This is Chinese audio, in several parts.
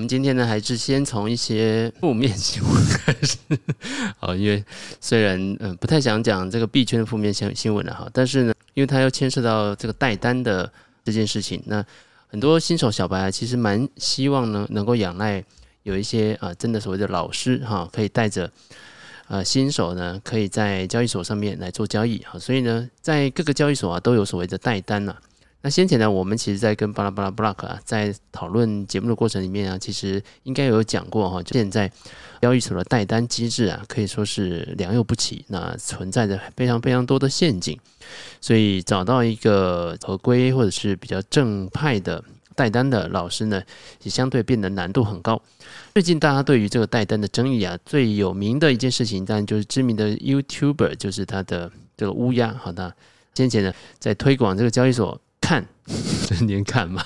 今天呢，还是先从一些负面新闻开始。好，因为虽然不太想讲这个币圈的负面新闻了哈，但是呢，因为它要牵涉到这个代单的这件事情，那很多新手小白其实蛮希望呢能够仰赖有一些真的所谓的老师哈，可以带着新手呢可以在交易所上面来做交易哈，所以呢，在各个交易所都有所谓的代单那先前呢，我们其实在跟巴拉巴拉 block 在讨论节目的过程里面其实应该有讲过哈，就现在交易所的代单机制可以说是良莠不齐，那存在着非常非常多的陷阱，所以找到一个合规或者是比较正派的代单的老师呢，也相对变得难度很高。最近大家对于这个代单的争议最有名的一件事情，当然就是知名的 YouTuber， 就是他的这个乌鸦。好，那先前呢，在推广这个交易所看，念看嘛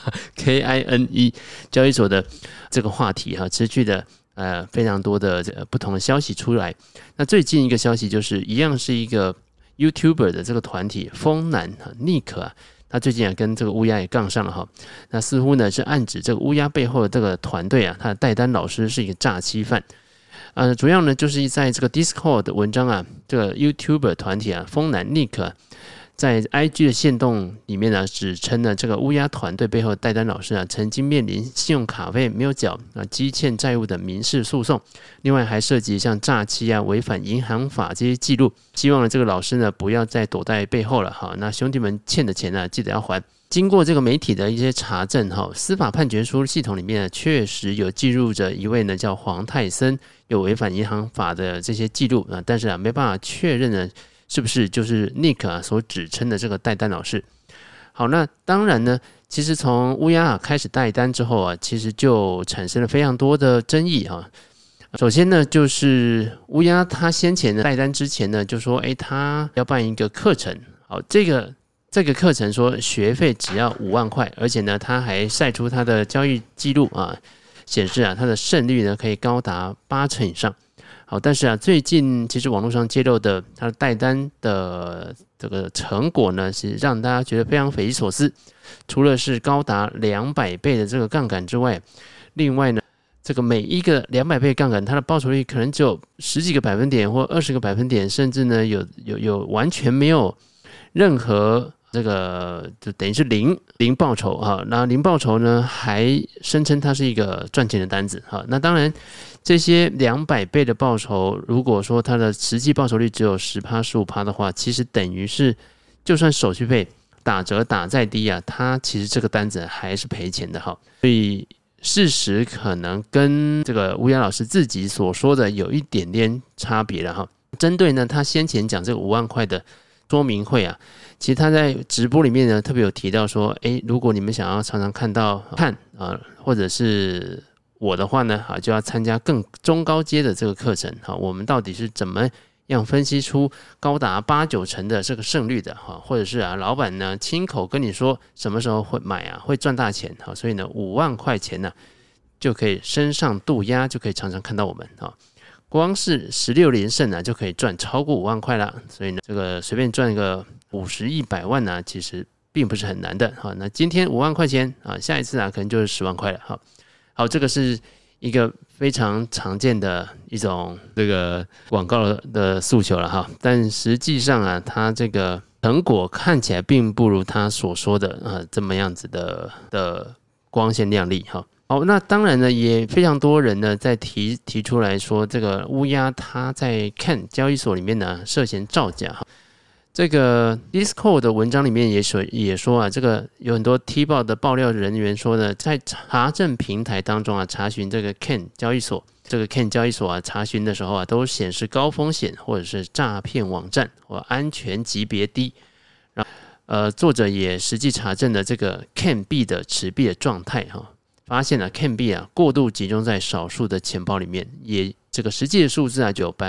，KINE 交易所的这个话题持续的非常多的不同的消息出来。那最近一个消息就是一样是一个 YouTuber 的这个团体风男Nick他最近跟这个乌鸦也杠上了哈，那似乎呢是暗指这个乌鸦背后的这个团队他的代单老师是一个诈欺犯。主要呢就是在这个 Discord 的文章这个 YouTuber 团体风男 Nick在 IG 的限动里面指称呢这个乌鸦团队背后的代单老师曾经面临信用卡费没有缴积欠债务的民事诉讼，另外还涉及像诈欺违反银行法这些记录，希望这个老师呢不要再躲在背后了哈，那兄弟们欠的钱记得要还。经过这个媒体的一些查证司法判决书系统里面确实有记录着一位呢叫黄泰森有违反银行法的这些记录但是没办法确认呢是不是就是 Nick 所指称的这个代单老师。好，那当然呢，其实从乌鸦开始代单之后其实就产生了非常多的争议首先呢，就是乌鸦他先前的代单之前呢，就说他要办一个课程，好，这个课程说学费只要5万块，而且呢，他还晒出他的交易记录显示他的胜率呢可以高达80%以上。好，但是最近其实网络上揭露的他的代单的这个成果呢，是让大家觉得非常匪夷所思。除了是高达200倍的这个杠杆之外，另外呢，这个每一个200倍杠杆，它的报酬率可能只有10几个百分点或20个百分点，甚至呢有完全没有任何这个就等于是零报酬那零报酬呢，还声称它是一个赚钱的单子那当然。这些200倍的报酬，如果说它的实际报酬率只有 10%、15% 的话，其实等于是就算手续费打折打再低它其实这个单子还是赔钱的所以事实可能跟这个乌鸦老师自己所说的有一点点差别了针对呢他先前讲这个5万块的说明会其实他在直播里面呢特别有提到说如果你们想要常常看或者是我的话呢就要参加更中高阶的这个课程我们到底是怎么样分析出高达8-9成的这个胜率的或者是老板呢亲口跟你说什么时候会买会赚大钱所以呢5万块钱呢就可以升上渡鸦，就可以常常看到我们光是16连胜就可以赚超过5万块了，所以呢这个随便赚个50亿100万其实并不是很难的那今天5万块钱下一次可能就是10万块了好，这个是一个非常常见的一种这个广告的诉求了但实际上它这个成果看起来并不如他所说的这么样子的光鲜亮丽好，那当然呢，也非常多人呢在提出来说，这个乌鸦他在看交易所里面呢涉嫌造假这个 Discord 的文章里面也说这个有很多踢爆的爆料人员说呢，在查证平台当中查询这个 Ken 交易所，这个 Ken 交易所查询的时候都显示高风险或者是诈骗网站或安全级别低。作者也实际查证了这个 Ken 币的持币的状态发现Ken 币过度集中在少数的钱包里面，也这个实际的数字就有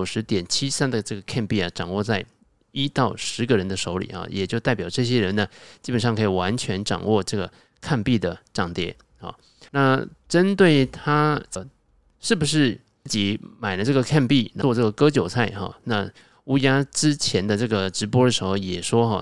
90.73% 的这个 Ken 币掌握在1到10个人的手里也就代表这些人呢，基本上可以完全掌握这个看币的涨跌那针对他是不是自己买了这个看币做这个割韭菜那乌鸦之前的这个直播的时候也说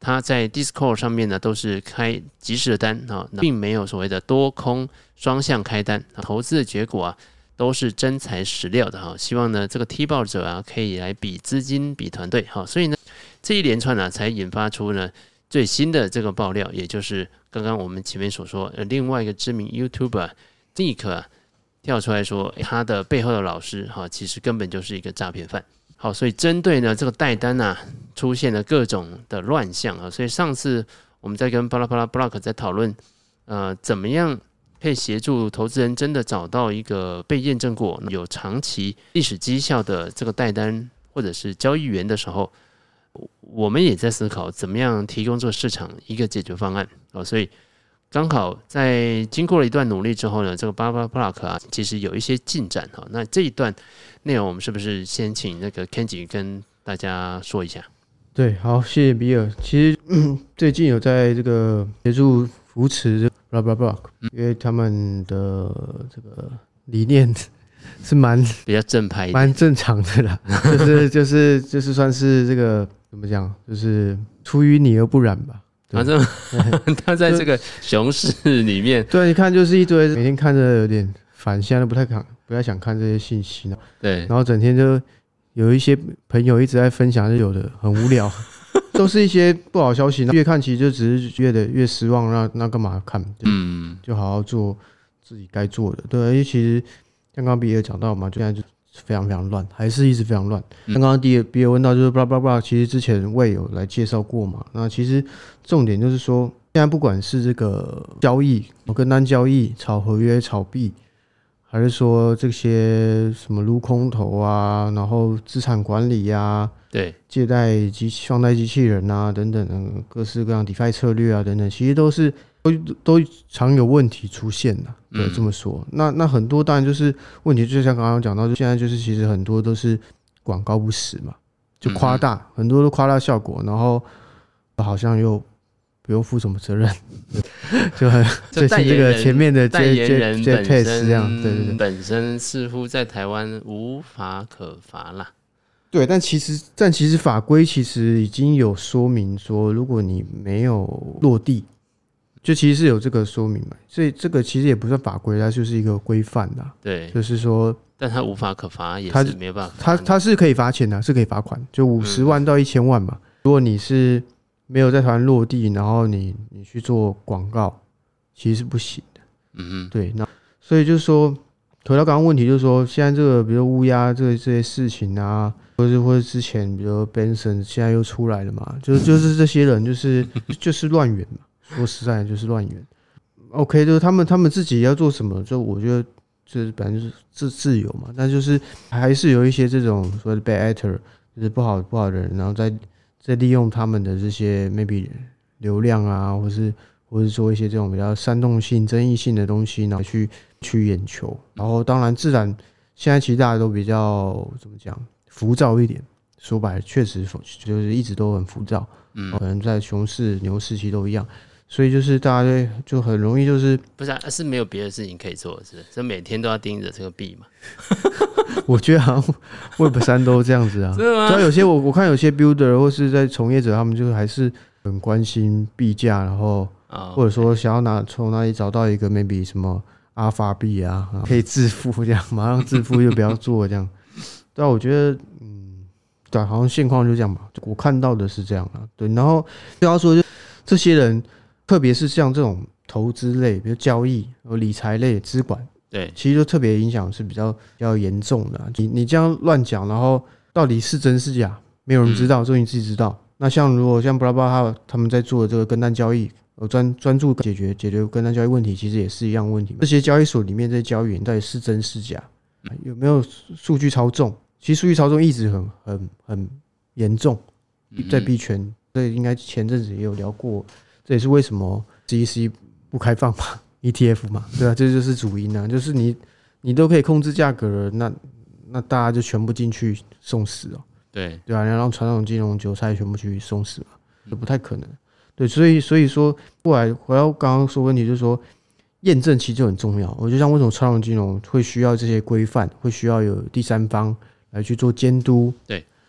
它在 Discord 上面呢都是开即时的单啊，并没有所谓的多空双向开单，投资的结果啊都是真材实料的哈。希望呢这个踢爆者啊可以来比资金比团队哈，所以呢这一连串呢才引发出呢最新的这个爆料，也就是刚刚我们前面所说另外一个知名 YouTuber Nick 跳出来说他的背后的老师哈其实根本就是一个诈骗犯。好，所以针对呢这个代单啊出现了各种的乱象啊，所以上次我们在跟巴拉巴拉 Block 在讨论怎么样可以协助投资人真的找到一个被验证过有长期历史绩效的这个代单或者是交易员的时候，我们也在思考怎么样提供这个市场一个解决方案。所以刚好在经过了一段努力之后呢，这个巴拉巴拉 Block 啊其实有一些进展。那这一段内容我们是不是先请那个 Kenji 跟大家说一下？ 对，好，谢谢比尔。其实最近有在这个协助扶持这个 blah blah blah，因为他们的这个理念是比较正派一点， 蛮正常的啦，就是算是这个怎么讲，就是出淤泥而不染吧。 反正他在这个熊市里面， 对，你看就是一堆每天看着有点烦，现在都不太想看这些信息了。对，然后整天就有一些朋友一直在分享，就有的很无聊，都是一些不好消息。越看其实就只是越失望，那干嘛看？就好好做自己该做的。对，因为其实像刚刚比尔讲到嘛，就现在就非常非常乱，还是一直非常乱。刚刚比尔问到就是 blah blah blah， 其实之前我也有来介绍过嘛。那其实重点就是说，现在不管是这个交易、跟单交易、炒合约、炒币，还是说这些什么撸空头啊，然后资产管理啊， 对， 借贷放贷机器人啊等等各式各样 DeFi 策略啊等等，其实都常有问题出现的。对，这么说，那很多当然就是问题，就像刚刚讲到，就现在就是其实很多都是广告不实嘛，就夸大，很多都夸大效果，然后好像又不用负什么责任，就很最近这个前面的代言人本身似乎在台湾无法可罚啦。 对，但其实法规其实已经有说明说，如果你没有落地，就其实是有这个说明嘛，所以这个其实也不算法规，它就是一个规范啦。 对， 就是说， 但它无法可罚，也是没有办法。 它是可以罚钱的，是可以罚款，就50万到1000万嘛。如果你是没有在台湾落地，然后你去做广告，其实是不行的。对，那所以就是说，回到刚刚问题，就是说，现在这个比如乌鸦这些事情啊，或者之前比如 Benson 现在又出来了嘛，就是这些人就是乱源嘛。说实在的就是乱源 ，OK， 就是他们自己要做什么，就我觉得这本来就是自由嘛，但就是还是有一些这种所谓的 bad actor， 就是不好的人，然后再利用他们的这些 maybe 流量啊，或是做一些这种比较煽动性、争议性的东西，然后去眼球，然后当然自然现在其实大家都比较怎么讲浮躁一点，说白了确实就是一直都很浮躁，可能在熊市、牛市其实都一样。所以就是大家就很容易就是不是是没有别的事情可以做，是所以每天都要盯着这个币嘛。 我觉得好像 Web3 都这样子啊， 真的吗？ 主要有些我看有些 builder 或是在从业者，他们就还是很关心币价，然后或者说想要从哪里找到一个 maybe 什么阿法币啊，可以致富这样，马上致富就不要做这样。对啊，我觉得对，好像现况就这样吧，我看到的是这样啊。对，然后就要说就这些人。特别是像这种投资类，比如交易、理财类、资管， 对， 其实就特别影响是比较严重的。你这样乱讲，然后到底是真是假，没有人知道，只有你自己知道。那如果像 Blabla 他们在做的这个跟单交易，专注解决跟单交易问题，其实也是一样问题。这些交易所里面这些交易员到底是真是假，有没有数据操纵？其实数据操纵一直很严重，在币圈，这应该前阵子也有聊过。这也是为什么 SEC 不开放嘛 ，ETF 嘛，对啊，这就是主因啊，就是你都可以控制价格了，那大家就全部进去送死哦， 对啊，你要让传统金融韭菜全部去送死嘛，这不太可能。对，所以说过来回到刚刚说问题，就是说验证其实就很重要。我就像为什么传统金融会需要这些规范，会需要有第三方来去做监督， 对，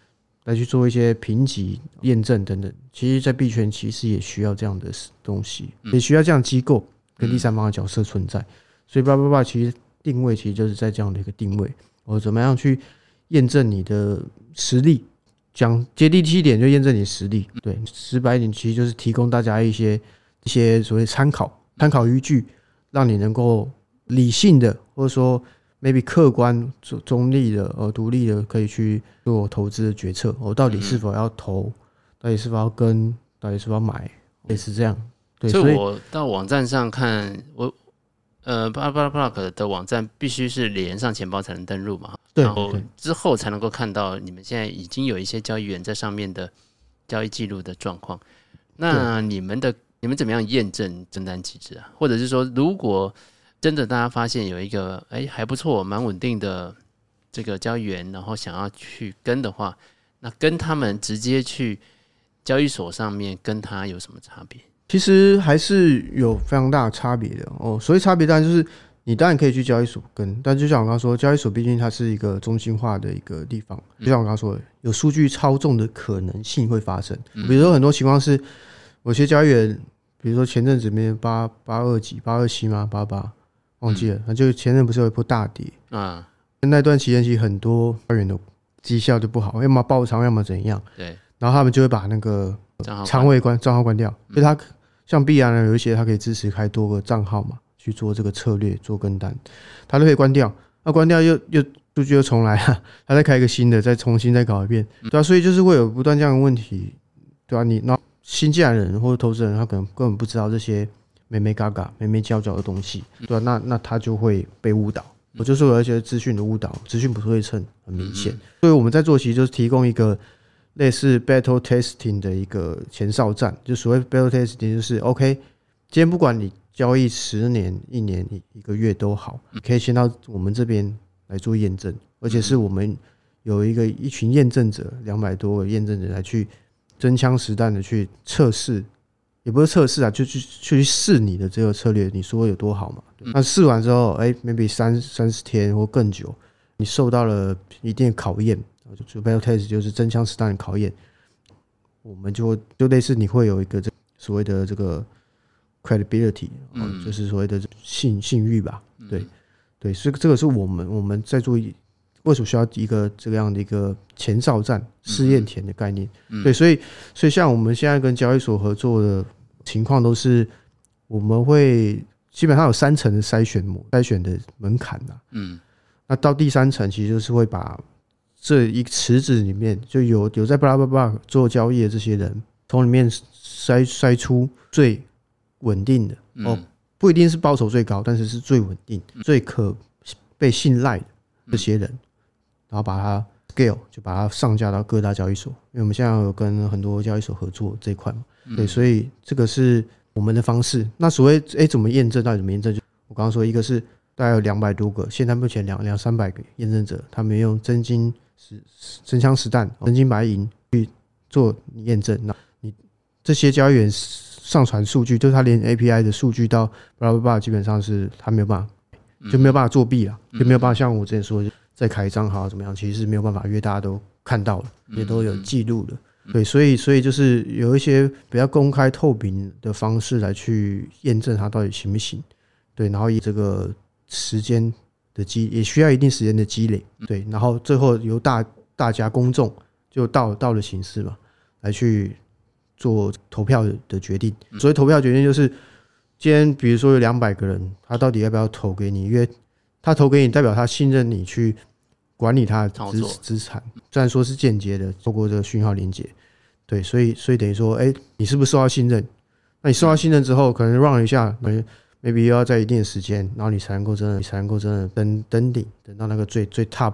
来去做一些评级、验证等等。其实，在币圈其实也需要这样的东西，也需要这样机构跟第三方的角色存在。所以，888其实定位其实就是在这样的一个定位，怎么样去验证你的实力。讲接地气一点，就验证你的实力。对，直白一点，其实就是提供大家一些所谓参考依据，让你能够理性的，或者说 maybe 客观中立的独立的可以去做投资的决策。到底是否要投，到底是否要跟，到底是否要买，类似这样。对， 所以我到网站上看，888 的网站必须是连上钱包才能登入嘛， 对， 然后之后才能够看到你们现在已经有一些交易员在上面的交易记录的状况。那你们怎么样验证跟单机制啊？或者是说，如果真的大家发现有一个还不错、蛮稳定的这个交易员，然后想要去跟的话，那跟他们直接去交易所上面跟他有什么差别？ 其实还是有非常大的差别的哦。所谓差别当然就是你当然可以去交易所跟，但就像我刚刚说，交易所毕竟它是一个中心化的一个地方，就像我刚刚说的，有数据操纵的可能性会发生。比如说很多情况是，有些交易员，比如说前阵子面820几、827吗？88忘记了，那就前阵不是有一波大跌啊？那段期间其实很多交易员的绩效就不好，要么爆仓，要么怎样。 对， 然后他们就会把那个仓位账号关掉，所以他像币安有一些它可以支持开多个账号嘛，去做这个策略做跟单，它都可以关掉。那关掉又数据又重来了，他再开一个新的，再重新再搞一遍，对啊，所以就是会有不断这样的问题，对啊，你那新进来的人或者投资人，他可能根本不知道这些眉眉角角、眉眉角角的东西，对啊，那他就会被误导。我就是有一些资讯的误导，资讯不对称很明显，所以我们在做其实就是提供一个类似 battle testing 的一个前哨站，就所谓 battle testing 就是 OK， 今天不管你交易10年、1年、1个月都好，你可以先到我们这边来做验证，而且是我们有一群验证者，200多个验证者来去真枪实弹的去测试，也不是测试啊，就去试你的这个策略，你说有多好嘛？那试完之后，maybe 30天或更久，你受到了一定的考验。就 battle test 就是真枪实弹的考验，我们就类似你会有一个所谓的这个 credibility，就是所谓的信誉吧，对，所以这个是我们在做，为什么需要一个这样的一个前哨站试验田的概念？对，所以像我们现在跟交易所合作的情况都是，我们会基本上有3层的筛选的门槛啊，那到第3层其实就是会把这一池子里面就有在巴拉巴拉做交易的这些人，从里面筛出最稳定的不一定是报酬最高，但是是最稳定、最可被信赖的这些人，然后把它 scale 就把它上架到各大交易所，因为我们现在有跟很多交易所合作这一块嘛，对，所以这个是我们的方式。那所谓怎么验证，到底怎么验证？就我刚刚说，一个是大概有200多个，现在目前200-300个验证者，他们用真枪实弹、真金白银去做验证。那你这些交易员上传数据，就是他连 API 的数据到巴拉巴拉，基本上是他没有办法，就没有办法作弊了，就没有办法像我之前说再开账号怎么样，其实是没有办法，因为大家都看到了，也都有记录了。对，所以就是有一些比较公开透明的方式来去验证它到底行不行。对，然后以这个时间的也需要一定时间的积累，对，然后最后由大家公众就到了形式嘛，来去做投票的决定。所以投票决定就是今天比如说有200个人，他到底要不要投给你，因为他投给你代表他信任你去管理他的资产，虽然说是间接的透过这个讯号连接，对，所以等于说你是不是受到信任？那你受到信任之后可能 run 一下maybe 又要在一定的时间，然后你才能够真的登顶，等到那个最 top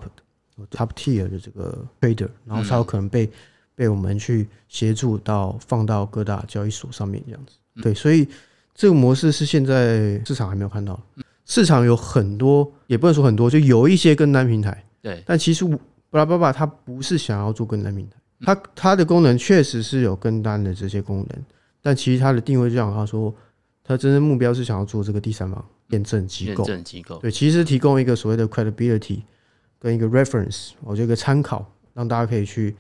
tier 的这个 trader， 然后才有可能被我们去协助放到各大交易所上面这样子。对，所以这个模式是现在市场还没有看到，市场有很多，也不能说很多，就有一些跟单平台， 对， 但其实巴拉巴拉它不是想要做跟单平台，它的功能确实是有跟单的这些功能，但其实它的定位就像他说。他真正目标是想要做这个第三方验证机构，对，其实提供一个所谓的 credibility 跟一个 reference， 我觉得一个参考，让大家可以去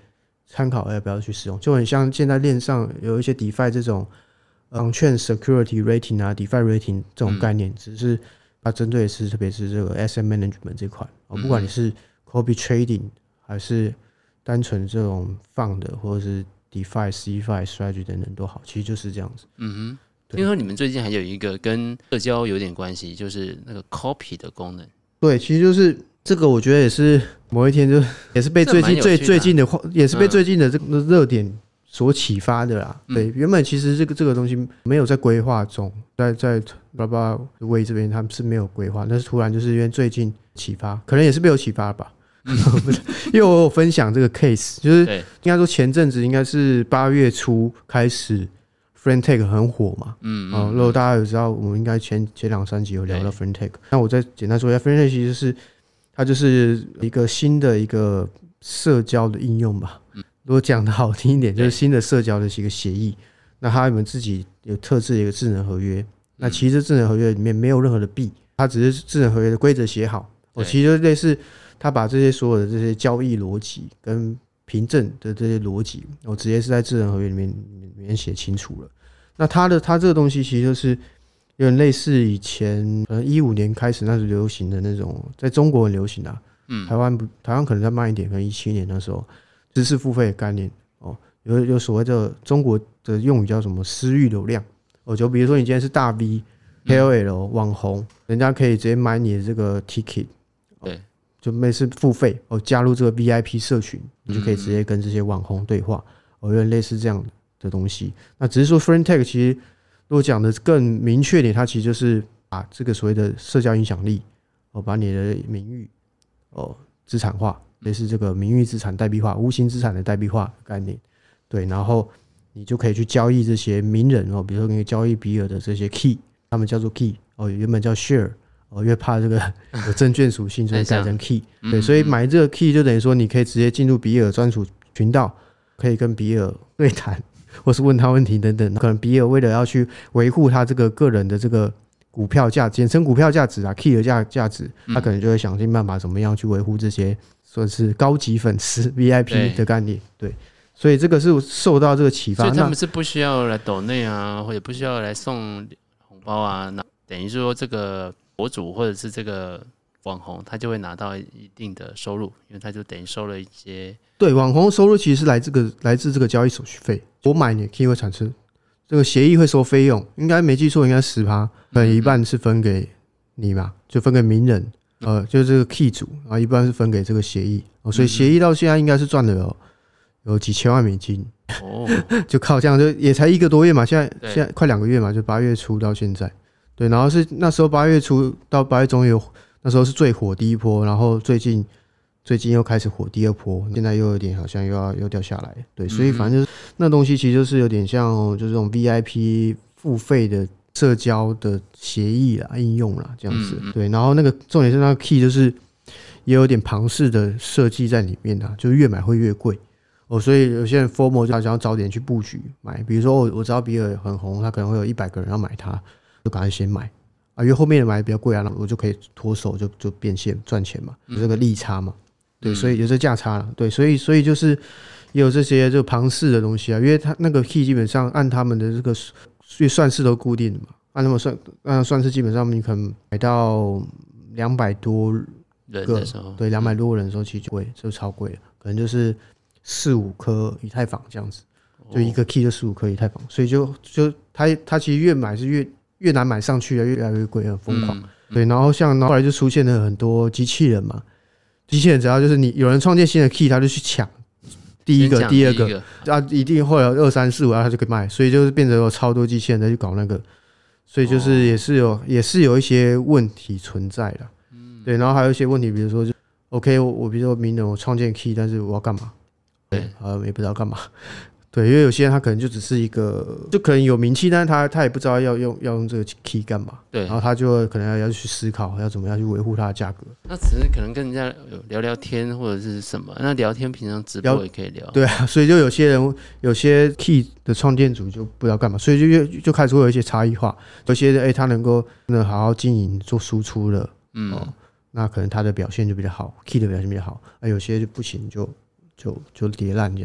参考要不要去使用，就很像现在链上有一些 DeFi 这种on-chain security rating 啊 ，DeFi rating 这种概念，只是它针对的是特别是这个 asset management 这块，不管你是 copy trading 还是单纯这种放的，或者是 DeFi、CeFi strategy 等等都好，其实就是这样子。 听说你们最近还有一个跟社交有点关系，就是那个 copy 的功能。 对，其实就是这个，我觉得也是某一天就也是被最近的，也是被最近的这个热点所启发的啦。对，原本其实这个东西没有在规划中，在爸爸威这边他们是没有规划，但是突然就是因为最近启发，可能也是被我启发吧。因为我有分享这个 case， 就是应该说前阵子应该是8月初开始。FriendTech 很火嘛，如果大家有知道，我们应该前2-3集有聊到 FriendTech。那我再简单说一下 ，FriendTech 其实它就是一个新的一个社交的应用吧。如果讲的好听一点，就是新的社交的一个协议。那他们自己有特制的一个智能合约。那其实智能合约里面没有任何的币，它只是智能合约的规则写好。其实就类似他把这些所有的这些交易逻辑跟凭证的这些逻辑，我直接是在智能合约里面写清楚了。那它这个东西其实就是有点类似以前可能15年开始那时流行的那种，在中国很流行啊，台湾可能再慢一点，可能17年那时候知识付费的概念有所谓的中国的用语叫什么私域流量就比如说你今天是大 V、KOL 网红，人家可以直接买你的这个 ticket， 对，就类似付费加入这个 VIP 社群，你就可以直接跟这些网红对话有点类似这样的东西。那只是说 FriendTech 其实如果讲的更明确点，它其实就是把这个所谓的社交影响力把你的名誉资产化，类似这个名誉资产代币化、无形资产的代币化的概念。对，然后你就可以去交易这些名人比如说你交易比尔的这些 key， 他们叫做 key 原本叫 share因为怕这个有证券属性，所以改成 key。对，所以买这个 key 就等于说你可以直接进入比尔专属群道，可以跟比尔对谈，或是问他问题等等。可能比尔为了要去维护他这个个人的这个股票价，简称股票价值啊 ，key 的价值，他可能就会想尽办法怎么样去维护这些说是高级粉丝 VIP 的概念。对，所以这个是受到这个启发， 所以他们是不需要来抖内啊，或者不需要来送红包啊，那等于说这个博主或者是这个网红，他就会拿到一定的收入，因为他就等于收了一些。 对，网红收入其实是来自这个交易手续费。我买你的 key 会产生这个协议会收费用，应该没记错，应该10%，可能一半是分给你嘛，就分给名人，就是这个 key 主，然后一半是分给这个协议，所以协议到现在应该是赚了有几千万美金，就靠这样，就也才1个多月嘛，现在快2个月嘛，就8月初到现在，对，然后是那时候8月初到8月中那时候是最火第一波，然后最近又开始火第二波，现在又有点好像又掉下来，对，所以反正就是那东西其实就是有点像就是这种 VIP 付费的社交的协议啦、应用啦这样子，对，然后那个重点是那个 key 就是也有点庞氏的设计在里面啊，就是越买会越贵所以有些人 FOMO 就想要早点去布局买，比如说我知道比尔很红，他可能会有100个人要买它，就赶快先买因为后面的买比较贵啊，那我就可以脱手就变现赚钱嘛，有这个利差嘛。对，所以有这价差了，对，所以就是也有这些就庞氏的东西啊，因为它那个 key 基本上按他们的这个算式都固定的嘛，按他们算式基本上你可能买到200多人的时候， 对，200多人的时候其实就贵，就超贵了，可能就是4-5颗以太坊这样子，就一个 key 就4-5颗以太坊，所以就它其实越买是越难买上去，越来越贵，很疯狂。对，然后后来就出现了很多机器人嘛。机器人只要就是你有人创建新的 key， 他就去抢第一个、第二个一定会有2、3、4、5，他就可以卖，所以就是变成有超多机器人在去搞那个，所以就是也是有一些问题存在的，对，然后还有一些问题，比如说OK， 我比如说名人我创建 key， 但是我要干嘛？对，也不知道干嘛。对，因为有些人他可能就只是一个，就可能有名气，但是他也不知道要用这个 key 干嘛。对，然后他就可能要去思考要怎么样去维护它的价格。 那只是可能跟人家聊聊天或者是什么，那聊天平常直播也可以聊。 对啊，所以就有些 key 的创建组就不知道干嘛，所以就开始会有一些差异化。有些他能够真的好好经营做输出了，那可能他的表现就比较好 ，key 的表现比较好。有些就不行就跌烂这样子。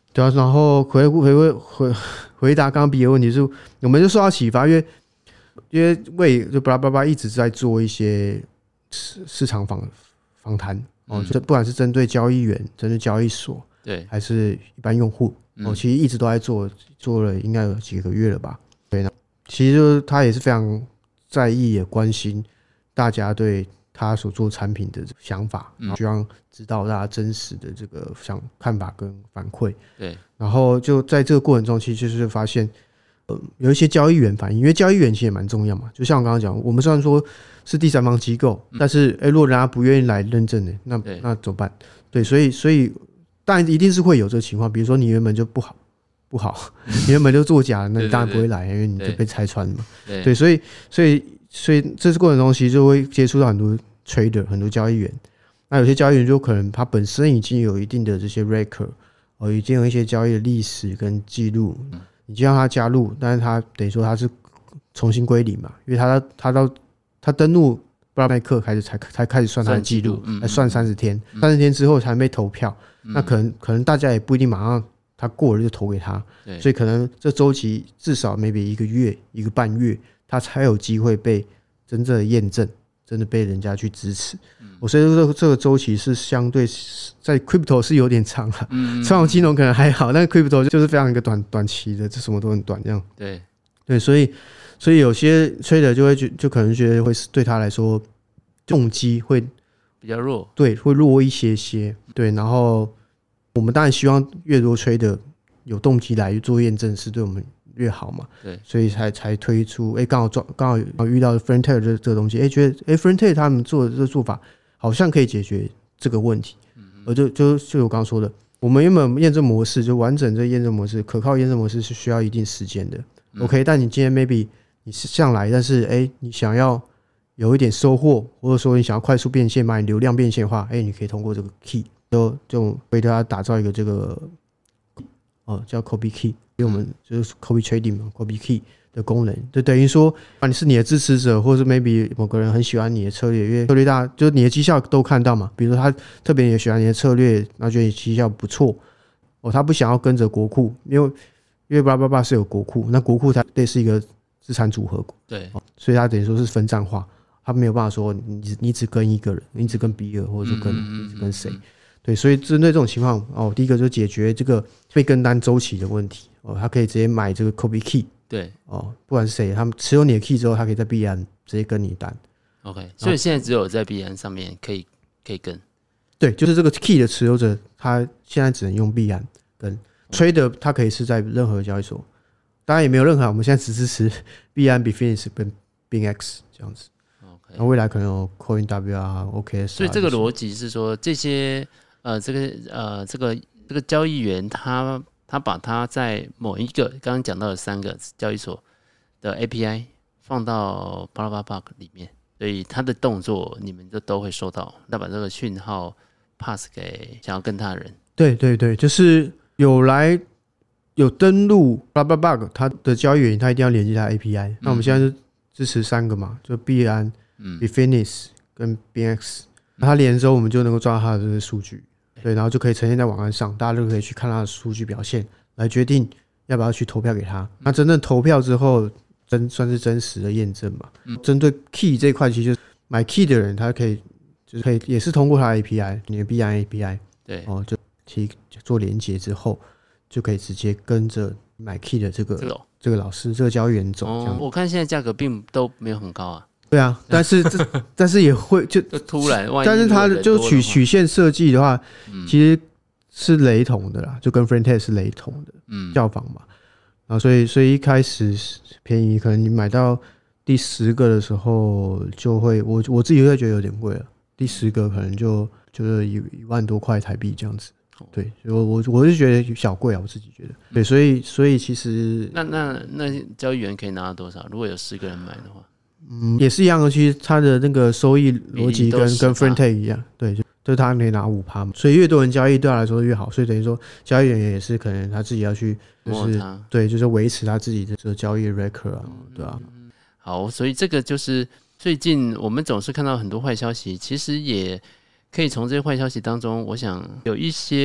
对啊，然后回答刚刚比的问题是，我们就受到启发，因为魏就巴拉巴拉一直在做一些市场访谈哦，就不管是针对交易员、针对交易所， 对， 还是一般用户哦，其实一直都在做了应该有几个月了吧？对，那其实就是他也是非常在意也关心大家对他所做产品的想法，然后希望知道大家真实的这个看法跟反馈。 对， 然后就在这个过程中，其实就是发现，有一些交易员反映，因为交易员其实也蛮重要嘛。就像我刚刚讲，我们虽然说是第三方机构，但是如果人家不愿意来认证的，那怎么办？对，所以当然一定是会有这个情况，比如说你原本就不好，你原本就作假，那你当然不会来，因为你就被拆穿了嘛。对，所以这次过程中，其实就会接触到很多 trader， 很多交易员。那有些交易员就可能他本身已经有一定的这些 record， 已经有一些交易的历史跟记录，你就让他加入，但是他等于说他是重新归零嘛，因为他登录布拉麦克才开始算他的记录，来算30天，30天之后才被投票。那可能大家也不一定马上他过了就投给他，所以可能这周期至少 maybe 1个月、1个半月，他才有机会被真正的验证，真的被人家去支持。所以这个周期是相对在 crypto 是有点长了，传统金融可能还好，但是 crypto 就是非常一个短期的，这什么都很短这样。对，所以有些 trader 就可能觉得会对他来说动机会比较弱， 对，会弱一些。对，然后我们当然希望越多 trader 有动机来做验证，是对我们越好嘛。对，所以才推出，刚好遇到 Frontier 这个东西，觉得Frontier 他们做的这个做法好像可以解决这个问题。就我刚刚说的，我们原本验证模式就完整这个验证模式，可靠验证模式是需要一定时间的。OK， 但你今天 maybe 你是上来，但是你想要有一点收获，或者说你想要快速变现，把你流量变现的话，你可以通过这个 key， 就为大家打造一个这个叫 Copy Key， 因为我们就是 Copy Trading 嘛 ，Copy Key 的功能，就等于说，你是你的支持者，或者是 maybe 某个人很喜欢你的策略，因为策略大，就是你的绩效都看到嘛。比如说他特别也喜欢你的策略，然后觉得你绩效不错，他不想要跟着国库，因为巴拉巴拉是有国库，那国库它类似一个资产组合， 对， 所以它等于说是分散化，它没有办法说你只跟一个人，你只跟比尔，或者说跟谁。对，所以针对这种情况，第一个就解决这个被跟单周期的问题，他可以直接买这个 Copy Key， 对， 不管是谁，他们持有你的 Key 之后，他可以在币安直接跟你单。 OK， 所以现在只有在币安上面可以跟。 对，就是这个 Key 的持有者，他现在只能用币安跟 Trader， 他可以是在任何交易所，当然也没有任何，我们现在只支持币安、Bitfinex 跟 BingX 这样子。那未来可能有 CoinW 啊 ，OKS。 所以这个逻辑是说，这些这个交易员他把他在某一个刚刚讲到的3个交易所的 API 放到巴拉巴拉里面，所以他的动作你们就都会收到，那把这个讯号 pass 给想要跟他的人。 对，就是有登录 BlaBlaBug 他的交易员，他一定要连接他 API。那我们现在是支持3个嘛，就币安、Bitfinex 跟 BingX。那他连之后，我们就能够抓到他的这些数据，对，然后就可以呈现在网站上，大家就可以去看他的数据表现，来决定要不要去投票给他。那真正投票之后，算是真实的验证嘛。针对 Key 这一块，其实就是买 Key 的人，他可以也是通过他的 API， 你的币安 API， 对，就做连结之后，就可以直接跟着买 Key 的这个老师这个交易员走。 我看现在价格并都没有很高啊。 对啊，但是也会就突然， 但是它就曲线设计的话，其实是雷同的啦，就跟 Frontier 是雷同的，效仿嘛。然后所以一开始便宜，可能你买到第10个的时候，就会我自己会觉得有点贵了。第10个可能就是1万多块台币这样子。对，我是觉得小贵啊，我自己觉得。对，所以其实那交易员可以拿到多少？如果有10个人买的话？ 也是一样的，其实它的那个收益逻辑跟 Frontier 一样，对，就是他可以拿5%嘛，所以越多人交易对他来说越好，所以等于说交易员也是可能他自己要去，就是对，就是维持他自己的这个交易 record 啊，对啊。 好，所以这个就是最近我们总是看到很多坏消息，其实也可以从这些坏消息当中，我想有一些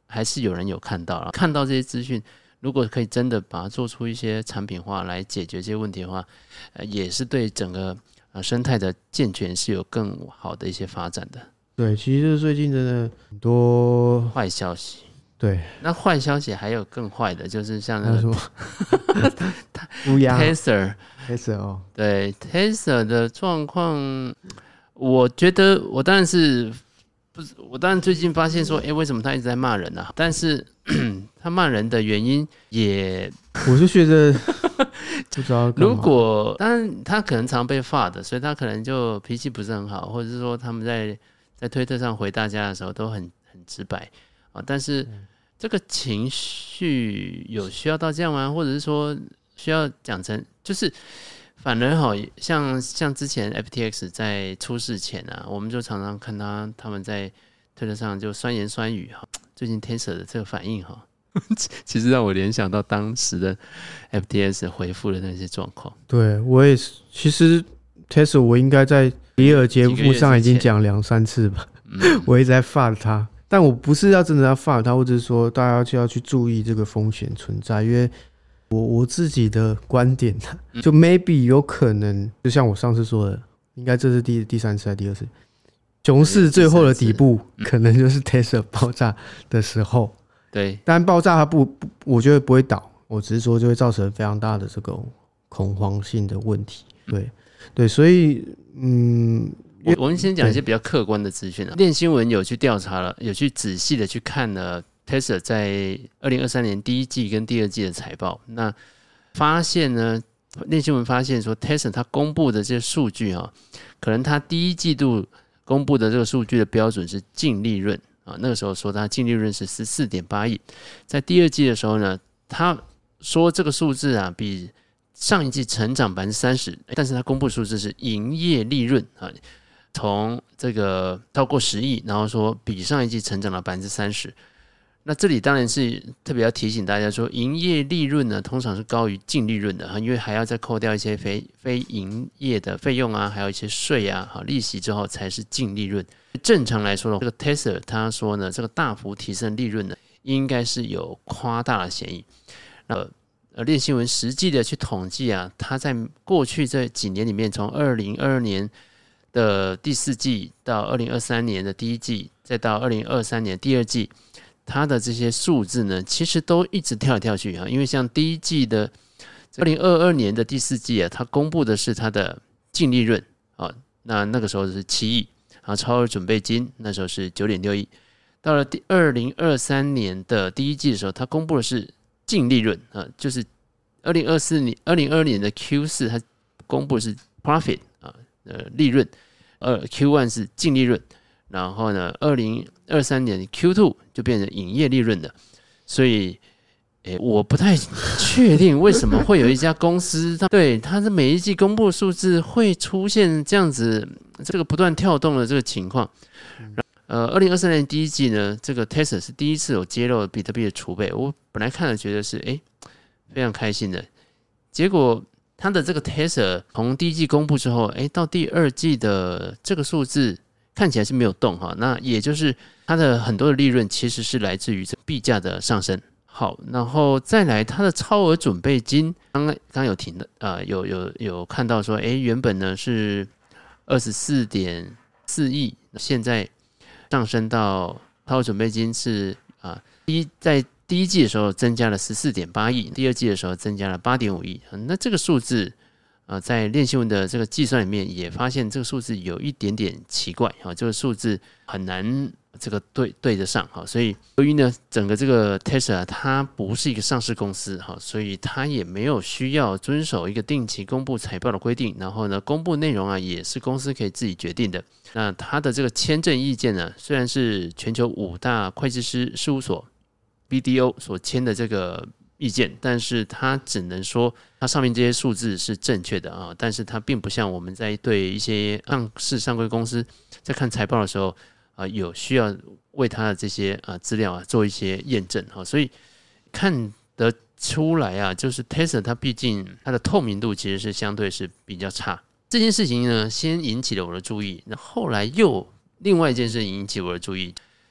还是有人有看到了，看到这些资讯，如果可以真的把它做出一些产品化来解决这些问题的话，也是对整个生态的健全是有更好的一些发展的。 对，其实最近真的很多坏消息。 对， 那坏消息还有更坏的，就是像那个乌鸦 Tesla 哦， 对 Tesla 的状况，我觉得我当然是不是，我当然最近发现说，为什么他一直在骂人啊？但是他骂人的原因也， 我就觉得不知道。 如果当然他可能常被罚的，所以他可能就脾气不是很好，或者是说他们在推特上回大家的时候都很直白啊。但是这个情绪有需要到这样吗？或者是说需要讲成就是？反而好像之前 FTX 在出事前啊，我们就常常看他们在推特上就酸言酸语哈。最近 Tesla 的这个反应哈，其实让我联想到当时的 FTX 回复的那些状况。 对我也是，其实 Tesla 我应该在比尔节目上已经讲2-3次吧，我一直在发他，但我不是要真的要发他，或者是说大家就要去注意这个风险存在，因为。我自己的观点就 maybe 有可能，就像我上次说的，应该这是第3次还是第2次，熊市最后的底部可能就是 Tesla 爆炸的时候。 对， 但爆炸它我觉得不会倒，我只是说就会造成非常大的这个恐慌性的问题。对，所以我们先讲一些比较客观的资讯啊。链新闻有去调查了，有去仔细的去看了。Tesla 在2023年第1季跟第2季的财报，那发现呢，链新闻发现说 Tesla 它公布的这些数据可能它第1季度公布的这个数据的标准是净利润那个时候说它净利润是14.8亿，在第2季的时候呢，他说这个数字比上一季成长30%，但是他公布数字是营业利润从这个超过10亿，然后说比上一季成长了30%。那这里当然是特别要提醒大家说，营业利润呢通常是高于净利润的因为还要再扣掉一些非营业的费用还有一些税利息之后才是净利润。正常来说，这个 Tesla 他说呢，这个大幅提升利润呢，应该是有夸大的嫌疑。链新闻实际的去统计他在过去这几年里面，从2022年的第4季到2023年的第1季，再到2023年第2季。它的这些数字呢，其实都一直跳来跳去因为像第1季的2022年的第4季它公布的是它的净利润那个时候是7亿，然后超额准备金那时候是 9.6 亿，到了2023年的第1季的时候，它公布的是净利润就是2022年的 Q4 它公布的是 profit 利润，Q1 是净利润。然后呢，2023年 Q2 就变成营业利润了，所以，我不太确定为什么会有一家公司，它的每一季公布的数字会出现这样子这个不断跳动的这个情况。2023年第1季呢，这个 Tesla 是第一次有揭露比特币的储备，我本来看了觉得是非常开心的，结果它的这个 Tesla 从第1季公布之后，到第2季的这个数字。看起来是没有动那也就是它的很多的利润其实是来自于币价的上升。好，然后再来它的超额准备金，刚有提的有看到说，原本呢是24.4亿，现在上升到超额准备金是在第1季的时候增加了14.8亿，第2季的时候增加了8.5亿。那这个数字。在链新闻的这个计算里面，也发现这个数字有一点点奇怪这个数字很难这个对得上所以由于呢，整个这个 Tesla 它不是一个上市公司所以它也没有需要遵守一个定期公布财报的规定，然后呢，公布内容也是公司可以自己决定的。那它的这个签证意见呢，虽然是全球5大会计师事务所 BDO 所签的这个。意见，但是它只能说它上面这些数字是正确的但是它并不像我们在对一些上市上柜公司在看财报的时候有需要为它的这些资料做一些验证所以看得出来就是 Tesla 它毕竟它的透明度其实是相对是比较差。这件事情呢，先引起了我的注意，后来又另外一件事引起我的注意。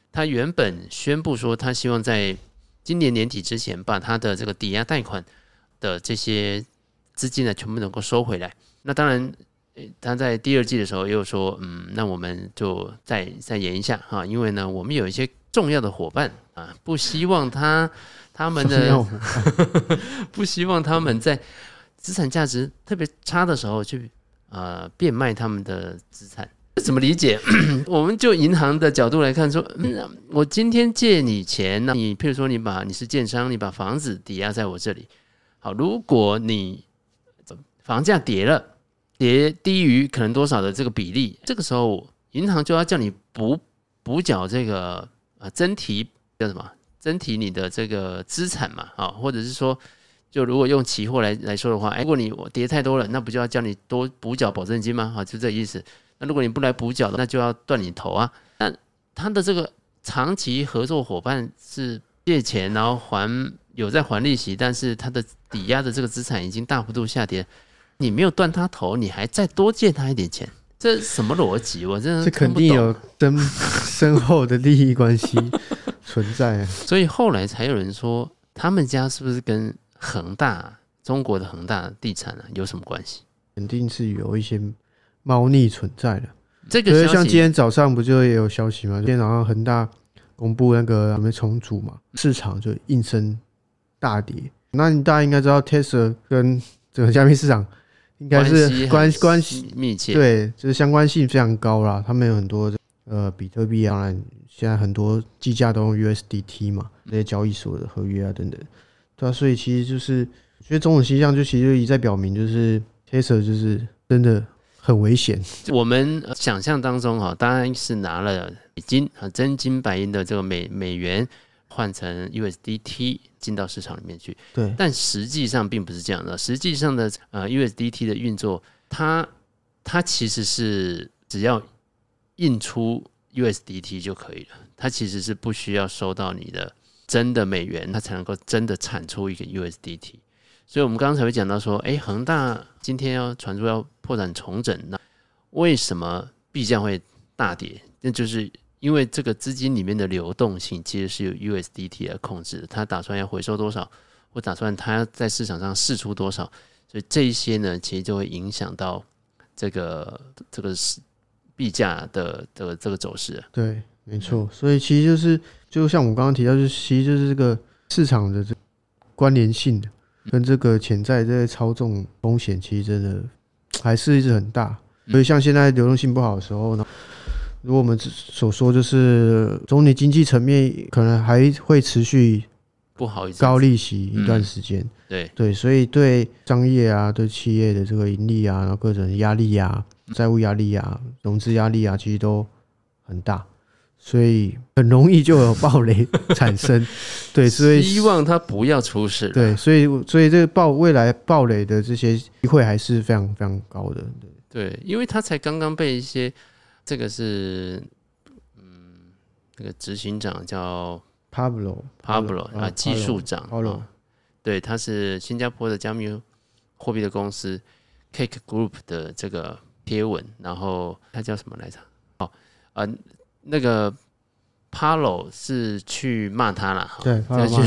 他原本宣布说，他希望在今年年底之前把他的这个抵押贷款的这些资金呢，全部能够收回来。那当然，他在第二季的时候又说，那我们就再延一下哈，因为呢，我们有一些重要的伙伴啊，不希望他们的不希望他们在资产价值特别差的时候去变卖他们的资产。怎么理解？我们就银行的角度来看说，我今天借你钱，那你譬如说你是建商，你把房子抵押在我这里，好，如果你房价跌了，跌低于可能多少的这个比例，这个时候银行就要叫你补缴这个增提叫什么？增提你的这个资产嘛，或者是说，就如果用期货来说的话，如果你跌太多了，那不就要叫你多补缴保证金吗？就这意思。那如果你不来补缴的，那就要断你头啊。那他的这个长期合作伙伴是借钱，然后有在还利息，但是他的抵押的这个资产已经大幅度下跌，你没有断他头，你还再多借他一点钱，这什么逻辑？我真的这肯定有深厚的利益关系存在。 所以后来才有人说，他们家是不是跟恒大，中国的恒大地产有什么关系？ 肯定是有一些猫腻存在的。 这个消息像今天早上不就也有消息吗？今天早上恒大公布那个他们重组嘛，市场就应声大跌。那大家应该知道 Tesla 跟整个加密市场应该是关系密切， 对，就是相关性非常高啦。他们有很多比特币，当然现在很多计价都用 USDT 嘛，这些交易所的合约啊等等，对啊，所以其实就是我觉得种种迹象就其实就一再表明，就是 Tesla 就是真的很危险。 我们想象当中当然是拿了美金真金白银的这个美元换成 USDT 进到市场里面去， 对， 但实际上并不是这样的。实际上的USDT 的运作，它其实是只要印出 USDT 就可以了，它其实是不需要收到你的真的美元，它才能够真的产出一个 USDT。所以我们刚才会讲到说，恒大今天要传出要破产重整，那为什么币价会大跌？那就是因为这个资金里面的流动性其实是由 USDT 来控制的，他打算要回收多少，或打算他在市场上释出多少，所以这一些呢，其实就会影响到这个币价的这个走势。 对，没错。所以其实就像我刚刚提到，其实就是这个市场的关联性的跟这个潜在这些操纵风险，其实真的还是一直很大。所以像现在流动性不好的时候呢，如果我们所说就是总体经济层面可能还会持续不好高利息一段时间，对，所以对商业啊、对企业的这个盈利啊，然后各种压力啊、债务压力啊、融资压力啊，其实都很大，所以很容易就有暴雷产生。对，所以希望它不要出事。 对，所以这个未来暴雷的这些机会还是非常非常高的。 对，因为他才刚刚被一些，这个是那个执行长叫 Pablo 技术长对，他是新加坡的加密货币的公司 Cake Group 的这个贴文，然后他叫什么来着？那个 Pablo 是去骂他啦， 对，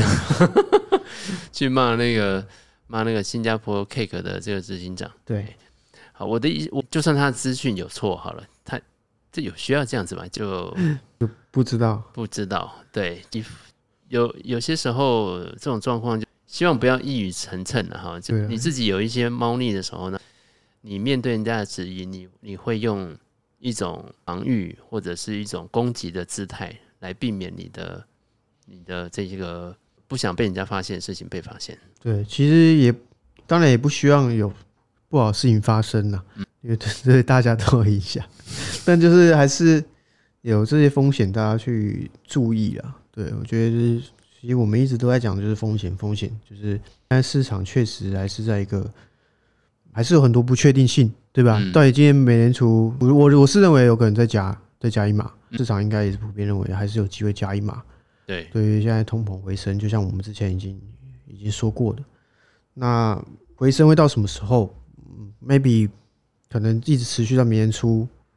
去骂那个新加坡 Cake 的这个执行长， 对。 好，我就算他的资讯有错好了，他这有需要这样子吗？就不知道， 对，有些时候这种状况就希望不要一语成谶了哈。就你自己有一些猫腻的时候呢，你面对人家的质疑，你会用一种防御或者是一种攻击的姿态来避免你的这个不想被人家发现的事情被发现。 对，其实当然也不希望有不好的事情发生啦，因为对大家都有影响，但就是还是有这些风险，大家去注意啦。对，我觉得其实我们一直都在讲，就是风险，就是现在市场确实还是在一个，还是有很多不确定性，对吧？到底今天美联储，我是认为有可能再加一码，市场应该也是普遍认为还是有机会加一码。 对， 现在通膨回升，就像我们之前已经说过的，那回升会到什么时候？maybe 可能一直持续到明年初，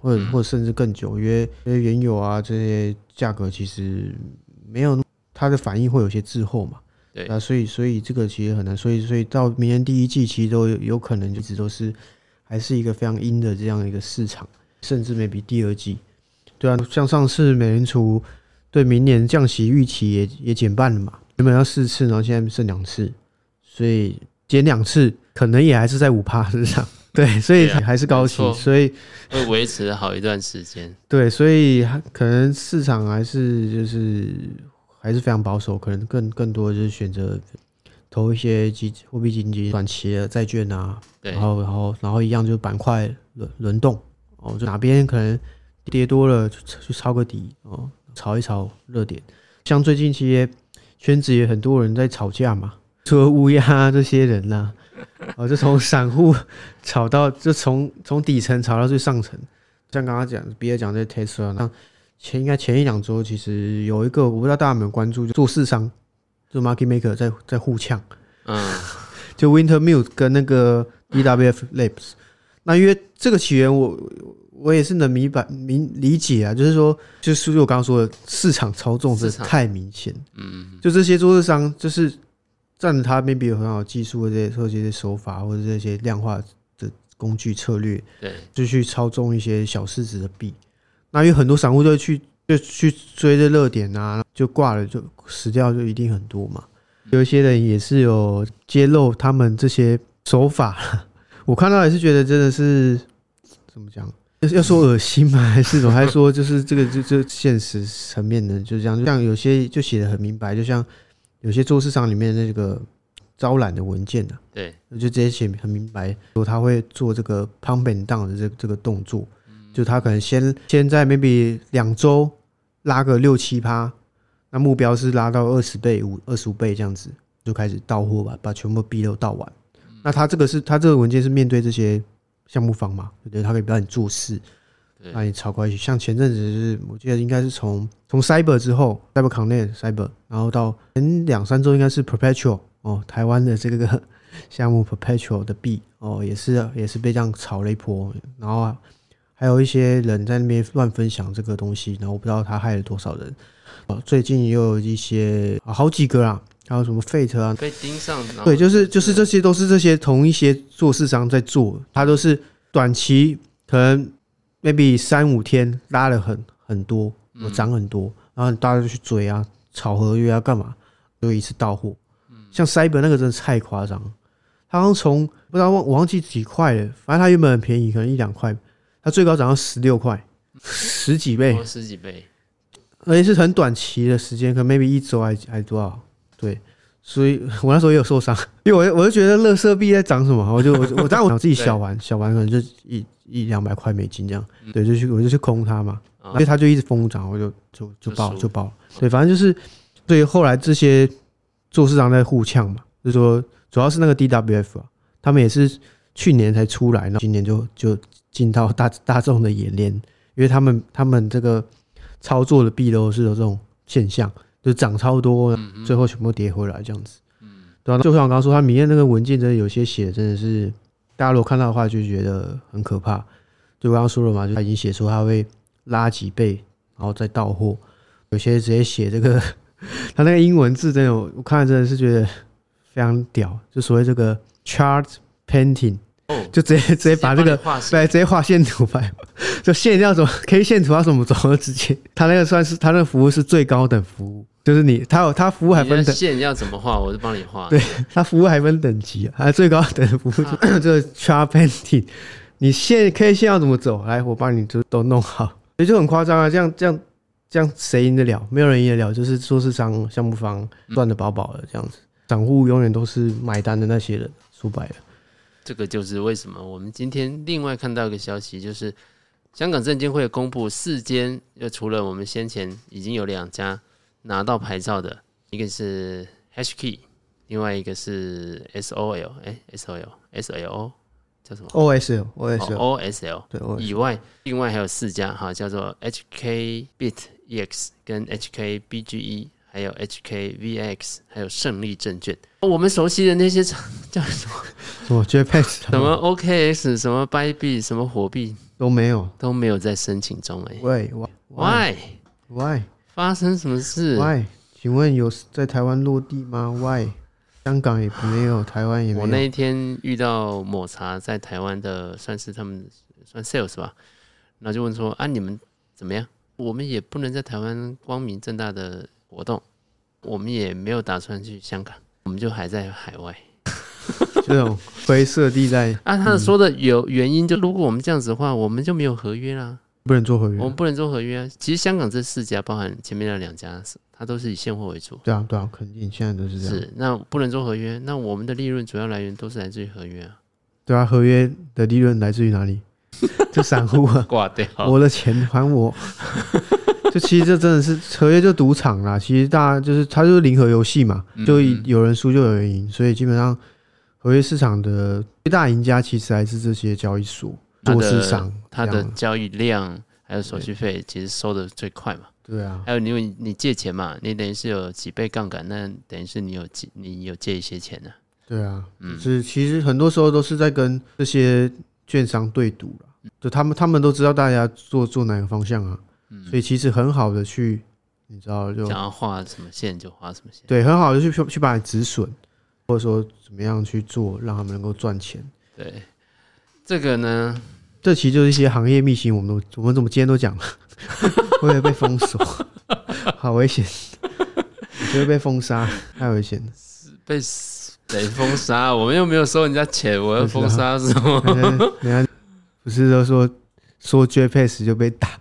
或者甚至更久，因为原油啊这些价格其实没有它的反应会有些滞后嘛。 对啊，所以这个其实很难，所以到明年第一季其实都有可能一直都是还是一个非常阴的这样一个市场，甚至 maybe 第二季。对啊，像上次美联储对明年降息预期也减半了嘛，原本要4次，然后现在剩2次，所以减2次可能也还是在5%之上。对，所以还是高息，所以会维持好一段时间。 对，所以可能市场还是非常保守，可能更多的就是选择投一些货币基金、短期的债券啊，然后一样就是板块轮动哦，就哪边可能跌多了就去抄个底哦，炒一炒热点。像最近其实圈子也很多人在吵架嘛，除了乌鸦这些人啦、就从散户炒到就从底层炒到最上层。像刚刚比尔讲这 Tesla， 那前1-2周，其实有一个我不知道大家有没有关注，就做市商，就 market maker 在互呛，就 Wintermute 跟那个 DWF Labs。那因为这个起源我也是能理解啊，就是说，就是我刚刚说的市场操纵是太明显，就这些做市商就是占了他 maybe 有很好的技术的这些手法或者这些量化的工具策略， 对， 就去操纵一些小市值的币。那因为很多散户就去追这热点啊，就挂了就死掉就一定很多嘛。有一些人也是有揭露他们这些手法，我看到也是觉得真的是怎么讲，要说恶心吗？还是什么？还是说就是这个就现实层面的就这样，就像有些就写得很明白，就像有些做市场里面的那个招揽的文件啊， 对， 就直接写很明白，说他会做这个 pump and down 的这个动作。就他可能先在 maybe 2周拉个6-7%，那目标是拉到20倍、25倍这样子，就开始到货吧，把全部币都到完。那他这个文件是面对这些项目方嘛，对不对？他可以帮你做事，让你炒过去。像前阵子就是我记得应该是从 Cyber 之后 ，Cyber Connect Cyber， 然后到前2-3周应该是 Perpetual 哦，台湾的这个项目 Perpetual 的币哦，也是被这样炒了一波，然后还有一些人在那边乱分享这个东西，然后我不知道他害了多少人。最近也有一些好几个啦，还有什么 Fate 啊被盯上， 对，就是这些都是这些同一些做市商在做，他都是短期可能 maybe 3-5天拉了很多，涨很多，然后大家就去追啊，炒合约啊，干嘛，就一次到货。像 Cyber 那个真的太夸张，他好像从不知道我忘记几块了，反正他原本很便宜，可能1-2块。它最高涨到16块，10几倍 ，10几倍， 而且是很短期的时间，可能 maybe 1周还多少？对，所以我那时候也有受伤，因为我就觉得垃圾币在涨什么，我当然我自己小玩可能就100-200块美金这样，对，我就去空它嘛，因为它就一直疯涨，我就爆，对，反正就是，所以后来这些做市场在互呛嘛，就是说主要是那个 DWF 啊，他们也是去年才出来，然后今年就进到大众的眼帘，因为他们这个操作的币都是有这种现象，就涨超多，最后全部跌回来这样子。对啊，就像我刚刚说，他里面那个文件真的有些写的真的是，大家如果看到的话就觉得很可怕。就我刚刚说了嘛，就他已经写出他会拉几倍，然后再到货，有些直接写这个，他那个英文字真的我看了真的是觉得非常屌，就所谓这个 chart painting。就直接把这个直接画线图牌，就线要怎么 K 线图要怎么走，直接他那个算是他那个服务是最高等服务，就是他服务还分等线要怎么画，我就帮你画。 对，他服务还分等级，还最高等服务就是 chart painting， 你线 K 线要怎么走，来我帮你就都弄好，所以就很夸张啊，这样谁赢得了？没有人赢得了，就是说是项目方赚得饱饱的这样子，散户永远都是买单的那些人，说白了。 这个就是为什么我们今天另外看到一个消息，就是香港证监会公布4间，除了我们先前已经有2家拿到牌照的，一个是 HKey， 另外一个是 SOL 叫什么 OSL 对 以外，另外还有4家哈，叫做 HKBitEX 跟 HKBGE。还有 HKVX， 还有胜利证券，我们熟悉的那些叫什么 JPEX， 什么 OKX， 什么 Bybit， 什么火币， 都没有在申请中 Why 发生什么事 Why 请问有在台湾落地吗 Why 香港也没有，台湾也没有。 我那一天遇到抹茶在台湾的，算是他们算 sales 吧，然后就问说啊，你们怎么样？我们也不能在台湾光明正大的活动，我们也没有打算去香港，我们就还在海外。 这种灰色地带啊，他说的有原因，就如果我们这样子的话，我们就没有合约啦， 不能做合约， 我们不能做合约啊。其实香港这4家，包含前面那2家，它都是以现货为主。 对啊，肯定现在都是这样。 是，那不能做合约，那我们的利润主要来源都是来自于合约啊。 对啊，合约的利润来自于哪里？就散户啊， 挂掉， 我的钱还我。就其实这真的是合约就赌场啦，其实大家它就是零和游戏嘛，就有人输就有人赢，所以基本上合约市场的最大赢家其实还是这些交易所、做市商， 它的交易量还有手续费其实收的最快嘛。 对啊， 还有你借钱嘛，你等于是有几倍杠杆，那等于是你有借一些钱呢。 对啊，就是其实很多时候都是在跟这些券商对赌啦，就他们都知道大家做哪个方向啊，所以其实很好的去，你知道就想要画什么线就画什么线， 对，很好的去把你止损，或者说怎么样去做让他们能够赚钱。 对，这个呢， 这其实就是一些行业秘辛，我们怎么今天都讲了，会不会被封锁？好危险！你就会被封杀，太危险了。 被谁封杀？我们又没有收人家钱，我要封杀什么？ 人家不是都说 JPEX 就被打，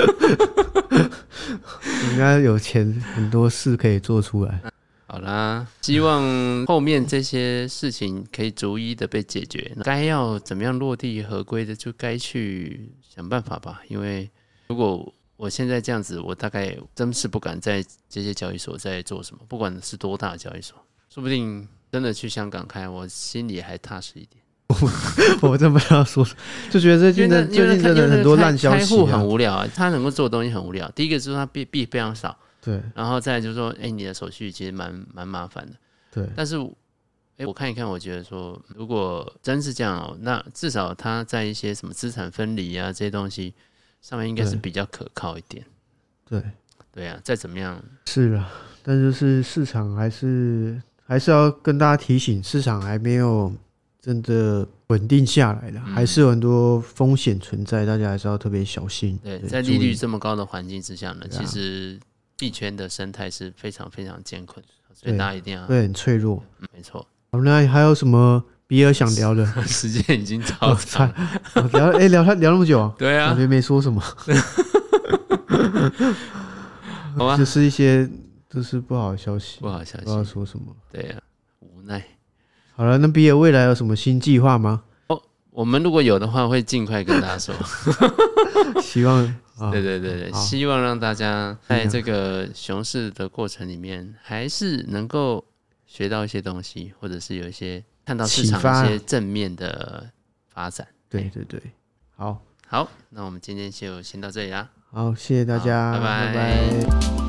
人家有钱，很多事可以做出来。 好啦，希望后面这些事情可以逐一的被解决。该要怎么样落地合规的，就该去想办法吧。因为如果我现在这样子，我大概真是不敢在这些交易所在做什么，不管是多大的交易所，说不定真的去香港开，我心里还踏实一点。 我真不知道说，就觉得最近真的很多烂消息、啊， 开户很无聊啊，他能够做的东西很无聊。第一个就是他币非常少， 对， 然后再来就是说，你的手续其实蛮麻烦的， 对。 但是，我看一看，我觉得说，如果真是这样那至少他在一些什么资产分离啊这些东西上面应该是比较可靠一点。对啊，再怎么样是啊，但就是市场还是要跟大家提醒，市场还没有真的稳定下来的，还是有很多风险存在，大家还是要特别小心。 对，在利率这么高的环境之下呢，其实币圈的生态是非常非常艰困，所以大家一定要会很脆弱。 没错。 好，那还有什么比尔想聊的？ 时间已经超长了，聊那么久啊？ 对啊， 感觉没说什么。 好吧， 就是一些都是不好的消息， 不知道说什么。 对啊，无奈。 好了，那比尔未来有什么新计划吗？ 我们如果有的话，会尽快跟大家说。 希望， 对，希望让大家在这个熊市的过程里面，还是能够学到一些东西，或者是有一些看到市场一些正面的发展。 对，好， 那我们今天就先到这里啦。 好，谢谢大家， 拜拜。